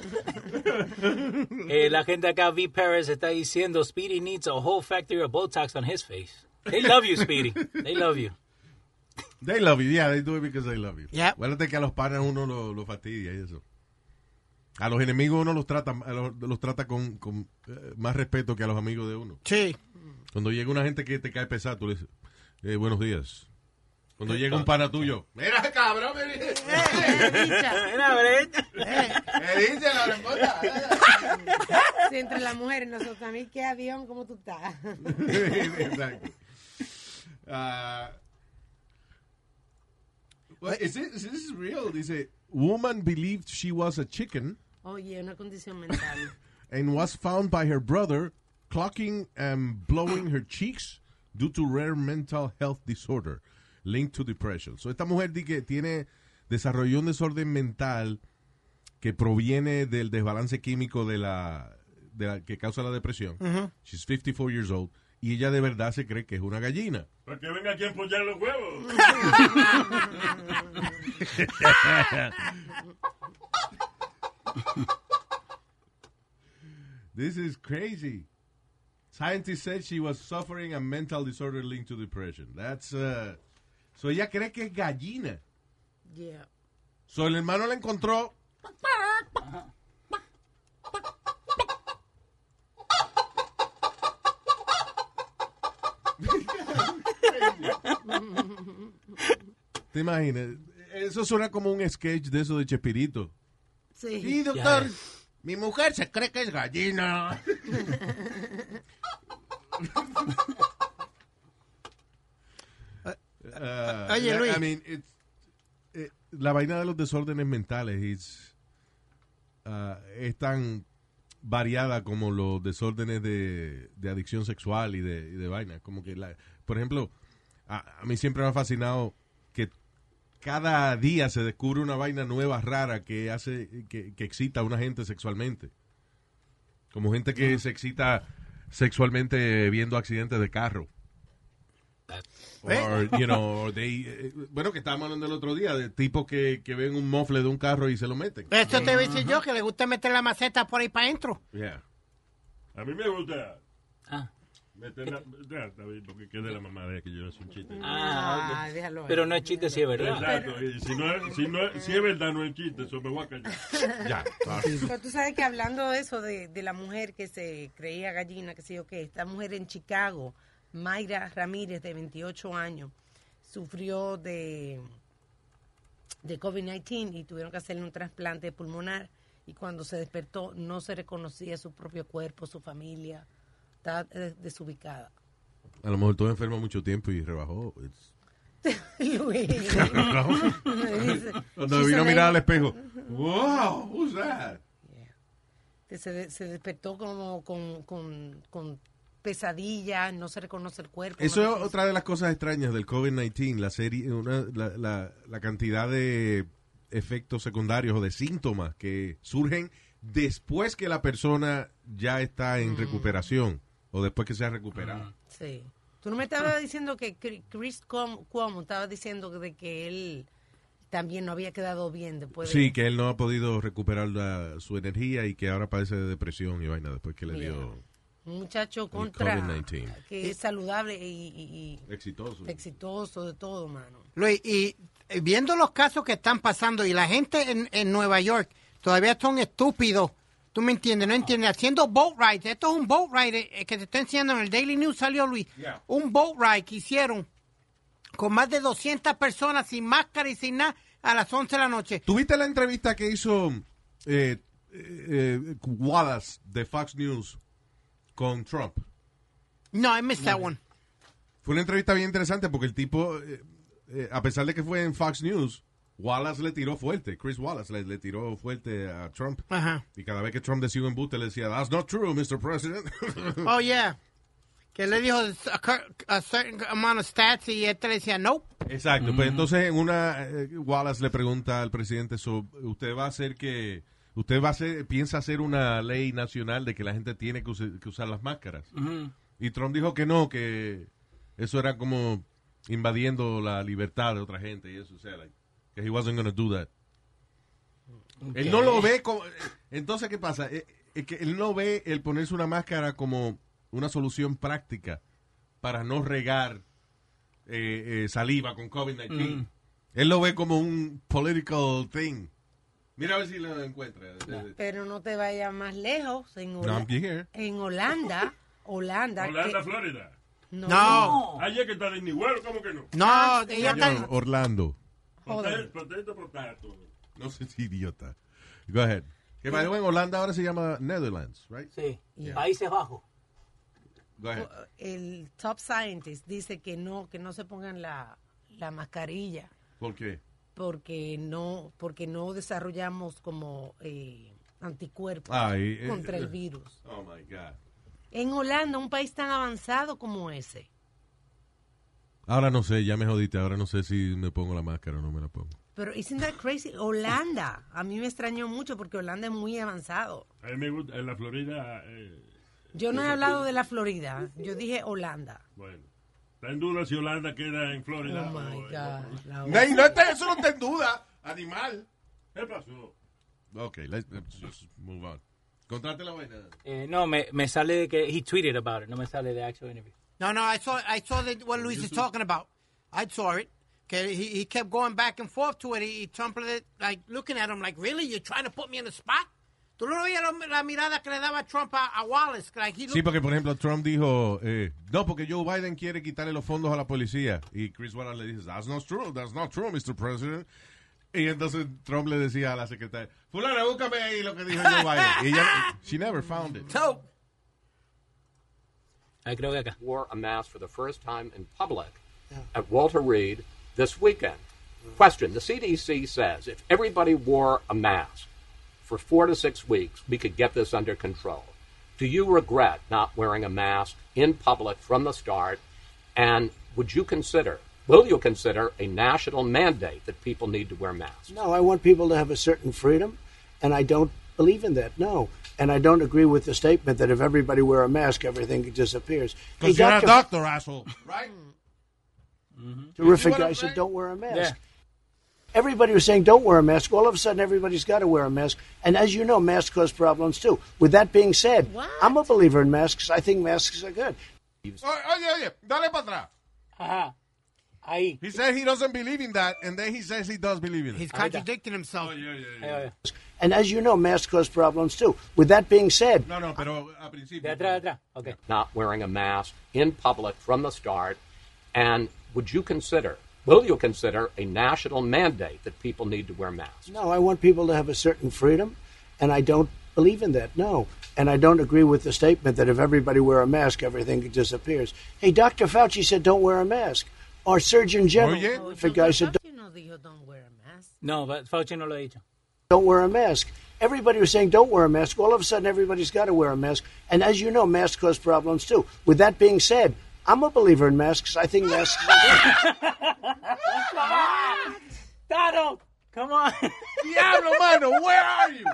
La gente acá, V. Perez, está diciendo Speedy needs a whole factory of Botox on his face. They love you, Speedy. They love you.
They love you, yeah, they do it because they love you.
Yep.
Acuérdate que a los panas uno lo fastidia y eso. A los enemigos uno los trata con más respeto que a los amigos de uno.
Sí.
Cuando llega una gente que te cae pesado, tú le dices, buenos días. Cuando llega un pana tuyo, mira, cabrón, me dice la respuesta.
Sí, entre las mujeres, nosotros también, ¿qué avión? ¿Cómo tú estás?
Exacto. Is this real? Dice, woman believed she was a chicken
Oye, una condición mental.
and was found by her brother clocking and blowing her cheeks due to rare mental health disorder linked to depression. So esta mujer desarrolló un desorden mental que proviene del desbalance químico de la que causa la depresión. She's 54 years old y ella de verdad se cree que es una gallina.
Para que venga aquí a empollar los huevos.
This is crazy. Scientists said she was suffering a mental disorder linked to depression. That's so ella cree que es gallina.
Yeah.
So el hermano la encontró. ¿Te imaginas? Eso suena como un sketch de eso de Chespirito.
Sí.
Sí, doctor. Mi mujer se cree que es gallina.
Oye, Luis.
I mean, la vaina de los desórdenes mentales es tan variada como los desórdenes de adicción sexual y de vaina. Como que, por ejemplo, a mí siempre me ha fascinado que cada día se descubre una vaina nueva, rara, que hace que excita a una gente sexualmente. Como gente que se excita sexualmente viendo accidentes de carro. Bueno, que estábamos hablando el otro día de tipos que ven un mofle de un carro y se lo meten.
Esto te voy a decir yo, que le gusta meter la maceta por ahí para adentro.
Yeah.
A mí me gusta
Ah.
meter la... Ya, está bien, porque quede la mamá de que yo es un chiste.
Ah, déjalo ahí.
Pero no es chiste si es verdad.
Exacto. Y si es verdad, no es chiste, eso me voy a callar.
Ya.
Pero tú sabes que hablando de eso, de la mujer que se creía gallina, que sé yo qué, esta mujer en Chicago, Mayra Ramírez, de 28 años, sufrió de COVID-19 y tuvieron que hacerle un trasplante pulmonar. Y cuando se despertó, no se reconocía su propio cuerpo, su familia. Estaba desubicada.
A lo mejor todo enfermo mucho tiempo y rebajó.
Luis.
Cuando vino a mirar al espejo. Wow, who's that?
Se despertó como con pesadillas, no se reconoce el cuerpo.
Eso es otra de las cosas extrañas del COVID-19, la cantidad de efectos secundarios o de síntomas que surgen después que la persona ya está en recuperación o después que se ha recuperado.
Sí. Tú no me estabas diciendo que Chris Cuomo estaba diciendo de que él también no había quedado bien después de...
Sí, que él no ha podido recuperar su energía y que ahora padece de depresión y vaina después que le dio...
Un muchacho
contra COVID-19.
Que es saludable y
exitoso
de todo, mano.
Luis, y viendo los casos que están pasando y la gente en Nueva York todavía son estúpidos, ¿tú me entiendes? No entiendes. Haciendo boat rides. Esto es un boat ride que te estoy enseñando en el Daily News, salió Luis.
Yeah.
Un boat ride que hicieron con más de 200 personas sin máscara y sin nada a las 11 de la noche.
¿Tuviste la entrevista que hizo Wallace de Fox News con Trump?
No, I missed that one.
Fue una entrevista bien interesante porque el tipo, a pesar de que fue en Fox News, Wallace le tiró fuerte. Chris Wallace le tiró fuerte a Trump.
Ajá.
Y cada vez que Trump decía un embuste, le decía, "That's not true, Mr. President."
Oh, yeah. Que le dijo a certain amount of stats y este le decía, nope.
Exacto. Pues entonces en una, Wallace le pregunta al presidente, piensa hacer una ley nacional de que la gente tiene que usar las máscaras. Y Trump dijo que no, que eso era como invadiendo la libertad de otra gente y eso, o sea, que he wasn't going to do that. Okay. Él no lo ve como... Entonces, ¿qué pasa? Es que él no ve el ponerse una máscara como una solución práctica para no regar saliva con COVID-19. Él lo ve como un political thing. Mira a ver si lo encuentra.
Pero no te vayas más lejos. En
Holanda,
Holanda.
Florida.
No.
Ayer que está de Nihuelo, ¿cómo que no?
No, ella está...
Orlando.
Potato.
No sé si idiota. Go ahead. Que en Holanda ahora se llama Netherlands, right?
Sí. Países Bajos.
Go ahead.
El top scientist dice que no se pongan la mascarilla.
¿Por qué?
Porque no desarrollamos como anticuerpos contra el virus.
Oh my God.
En Holanda, un país tan avanzado como ese.
Ahora no sé, ya me jodiste. Ahora no sé si me pongo la máscara o no me la pongo.
Pero isn't that crazy? Holanda. A mí me extrañó mucho porque Holanda es muy avanzado.
A mí me gusta, en la Florida...
yo no he hablado de la Florida. Yo dije Holanda.
Bueno. Está en duda si Holanda queda en Florida.
Oh, my God.
Eso no está en duda, animal.
¿Qué pasó?
Ok, let's just move on. Contate la vaina.
No, me sale de que he tweeted about it. No me sale de actual interview.
No, I saw what Luis is talking about. I saw it. He kept going back and forth to it. He Trump, like, looking at him like, really? You're trying to put me in the spot? ¿Tú no veías la mirada que le daba Trump a Wallace? Like,
sí, porque, por ejemplo, Trump dijo, no, porque Joe Biden quiere quitarle los fondos a la policía. Y Chris Wallace le dice, that's not true, Mr. President. Y entonces Trump le decía a la secretaria, fulana, búscame ahí lo que dijo Joe Biden. Y ella, she never found it.
No.
Ahí creo que acá.
Wore a mask for the first time in public at Walter Reed this weekend. Question, the CDC says if everybody wore a mask for 4 to 6 weeks, we could get this under control. Do you regret not wearing a mask in public from the start? And will you consider a national mandate that people need to wear masks?
No, I want people to have a certain freedom, and I don't believe in that, no. And I don't agree with the statement that if everybody wear a mask, everything disappears.
Because you're a doctor, asshole, right?
Terrific guy said, don't wear a mask.
Yeah.
Everybody was saying, don't wear a mask. All of a sudden, everybody's got to wear a mask. And as you know, masks cause problems, too. With that being said, I'm a believer in masks. I think masks are good.
Oye, dale para atrás.
Ajá. Ahí.
He said he doesn't believe in that, and then he says he does believe in it.
He's contradicting himself.
Yeah.
And as you know, masks cause problems, too. With that being said...
No, pero a principio...
De atrás. Okay.
Not wearing a mask in public from the start. And will you consider a national mandate that people need to wear masks?
No, I want people to have a certain freedom, and I don't believe in that, no. And I don't agree with the statement that if everybody wear a mask, everything disappears. Hey, Dr. Fauci said don't wear a mask. Our Surgeon General, if a guy said
No, but Fauci no lo ha dicho.
don't wear a mask. Everybody was saying don't wear a mask. All of a sudden, everybody's got to wear a mask. And as you know, masks cause problems too. With that being said, I'm a believer in masks. I think masks...
Tato, come on.
Diablo, mano, where are you?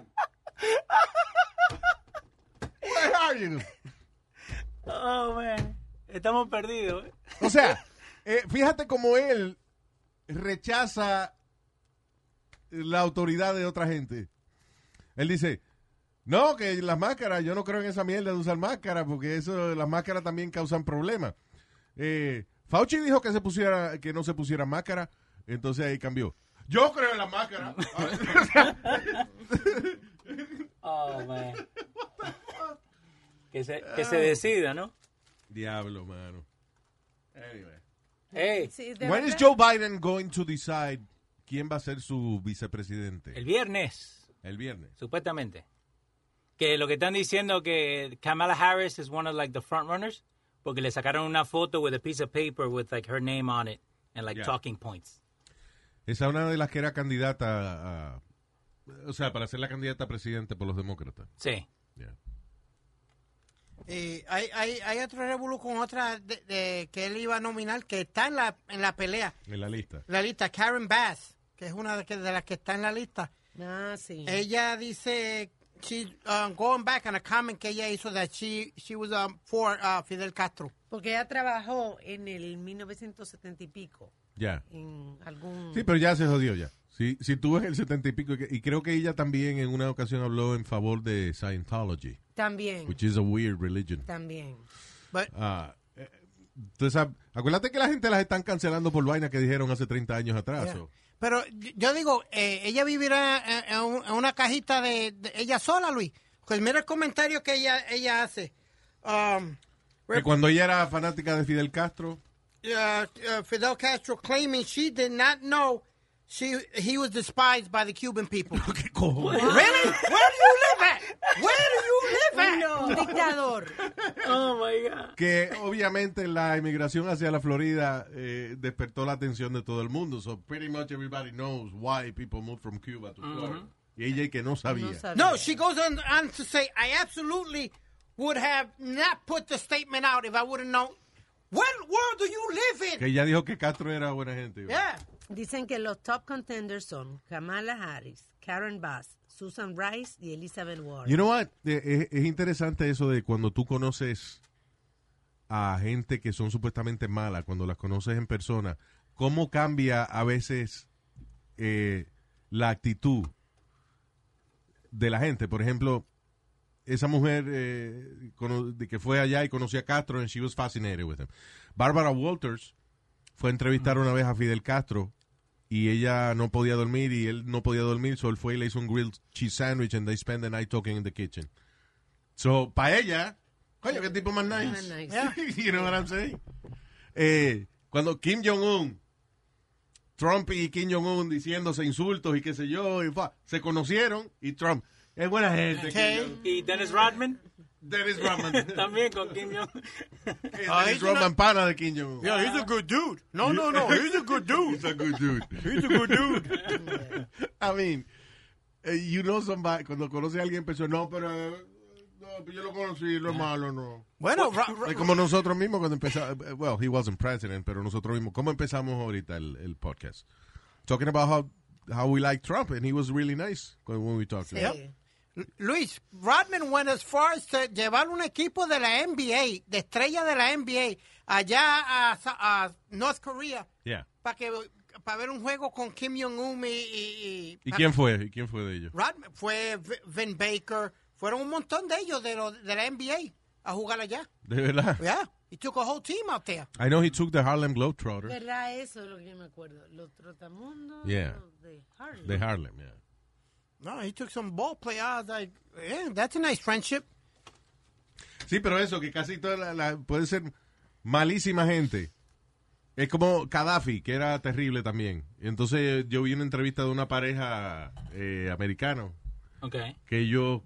Where are you?
Oh, man. Estamos perdidos.
O sea, fíjate cómo él rechaza la autoridad de otra gente. Él dice, no, que las máscaras, yo no creo en esa mierda de usar máscaras, porque eso, las máscaras también causan problemas. Fauci dijo que no se pusiera máscara, entonces ahí cambió. Yo creo en la máscara.
Oh, man. Que se decida, ¿no?
Diablo, mano. Anyway.
Hey.
Sí,
When is Joe Biden going to decide quién va a ser su vicepresidente?
El viernes.
El viernes.
Supuestamente. Que lo que están diciendo que Kamala Harris is one of like the front runners porque le sacaron una foto with a piece of paper with like her name on it and like talking points.
Esa es una de las que era candidata o sea, para ser la candidata a presidente por los demócratas.
Sí.
Yeah.
Hay otro revolú con otra que él iba a nominar que está en la pelea.
En la lista.
La lista, Karen Bass, que es una de las que está en la lista.
Ah, sí.
Ella dice, she going back on a comment que ella hizo that she was for Fidel Castro.
Porque ella trabajó en el 1970 y pico.
Ya.
En algún...
Sí, pero ya se jodió ya. Si tú ves el 70 y pico, y creo que ella también en una ocasión habló en favor de Scientology.
También.
Which is a weird religion.
También.
Entonces, acuérdate que la gente las están cancelando por vainas que dijeron hace 30 años atrás.
Yeah. Pero yo digo, ella vivirá en una cajita de ella sola, Luis. Pues mira el comentario que ella hace.
Que cuando ella era fanática de Fidel Castro.
Fidel Castro claiming she did not know he was despised by the Cuban people.
¿Qué cojones?
Really? Where do you live at? Where do you live at?
No, dictador.
Oh my God.
Que obviamente la inmigración hacia la Florida despertó la atención de todo el mundo. So pretty much everybody knows why people moved from Cuba to Florida. Y ella que no sabía.
No, she goes on to say, I absolutely would have not put the statement out if I would have known. What world do you live in?
Que ella dijo que Castro era buena gente.
Yeah.
Dicen que los top contenders son Kamala Harris, Karen Bass, Susan Rice y Elizabeth Warren.
You know what? Es interesante eso de cuando tú conoces a gente que son supuestamente malas, cuando las conoces en persona, cómo cambia a veces la actitud de la gente. Por ejemplo, esa mujer que fue allá y conoció a Castro and she was fascinated with him. Barbara Walters fue a entrevistar una vez a Fidel Castro y ella no podía dormir y él no podía dormir, so él fue y le hizo un grilled cheese sandwich and they spent the night talking in the kitchen. So, para ella, coño, qué tipo más nice.
Yeah.
You know what I'm saying? Cuando Kim Jong-un, Trump y Kim Jong-un diciéndose insultos y qué sé yo, se conocieron y Trump, es buena gente.
Okay.
¿Y Dennis Rodman?
Dennis Rodman.
También con Kim Jong.
Dennis Rodman, pana de Kim Jong-un.
Yeah, he's a good dude. No, he's a good dude.
He's a good dude.
He's a good dude.
I mean, you know somebody, cuando conoce a alguien, pensó, no, pero yo lo conocí, lo es malo, no.
Bueno,
Es como nosotros mismos cuando empezamos, well, he wasn't president, pero nosotros mismos, ¿cómo empezamos ahorita el podcast? Talking about how we like Trump, and he was really nice when we talked to him.
Yep. Luis, Rodman went as far as to llevar un equipo de la NBA, de estrella de la NBA, allá a North Korea.
Yeah.
Para ver un juego con Kim Jong-un
¿Y quién fue? ¿Y quién fue de ellos?
Rodman, fue Vin Baker, fueron un montón de ellos de la NBA a jugar allá.
¿De verdad?
Yeah, he took a whole team out there.
I know he took the Harlem Globetrotters.
¿Verdad? Eso es lo que yo me acuerdo. Los trotamundos
Yeah.
de Harlem.
De Harlem, yeah.
No, he took some ball players. I was like, yeah, that's a nice friendship.
Sí, pero eso, que casi toda puede ser malísima gente. Es como Gaddafi, que era terrible también. Entonces yo vi una entrevista de una pareja americana.
Okay.
Que ellos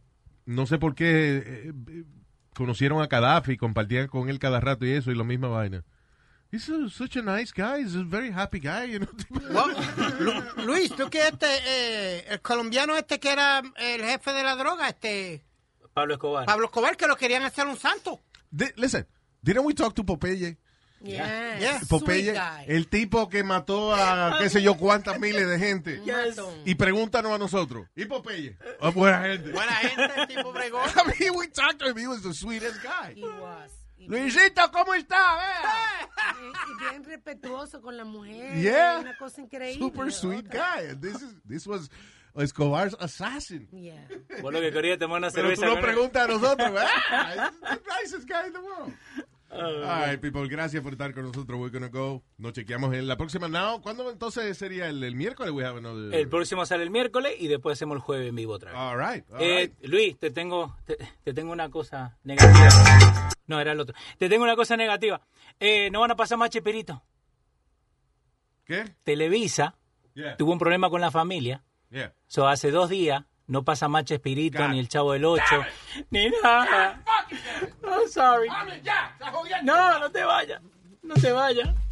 no sé por qué conocieron a Gaddafi, compartían con él cada rato y eso, y la misma vaina. He's such a nice guy, he's a very happy guy, you know.
Luis, tú que el colombiano que era el jefe de la droga,
Pablo Escobar.
Pablo Escobar, que lo querían hacer un santo.
Listen, didn't we talk to Popeye?
Yeah.
Popeye, el tipo que mató a qué sé yo cuántas miles de gente.
Yes.
Y pregúntanos a nosotros. ¿Y Popeye? Buena gente.
Buena gente, el tipo bregón.
I mean, we talked to him. He was the sweetest guy.
He was.
Luisito, ¿cómo está?
Y bien respetuoso con la mujer.
Yeah.
Una cosa increíble.
Super sweet guy. This was Escobar's assassin.
Yeah.
Vos lo que querías tomar una
Pero
cerveza.
tú lo preguntas a nosotros. He's the nicest guy in the world. All right, people, gracias por estar con nosotros. We're gonna go. Nos chequeamos en la próxima. Now, ¿cuándo entonces sería el miércoles? We have another...
El próximo sale el miércoles y después hacemos el jueves en vivo otra vez.
All right.
Luis, te tengo una cosa negativa. No, era el otro. Te tengo una cosa negativa. No van a pasar más Chespirito.
¿Qué?
Televisa tuvo un problema con la familia.
Yeah.
So, hace 2 días no pasa más Chespirito, ni el Chavo del 8, ni nada. I'm sorry. No, no te vayas. No te vayas.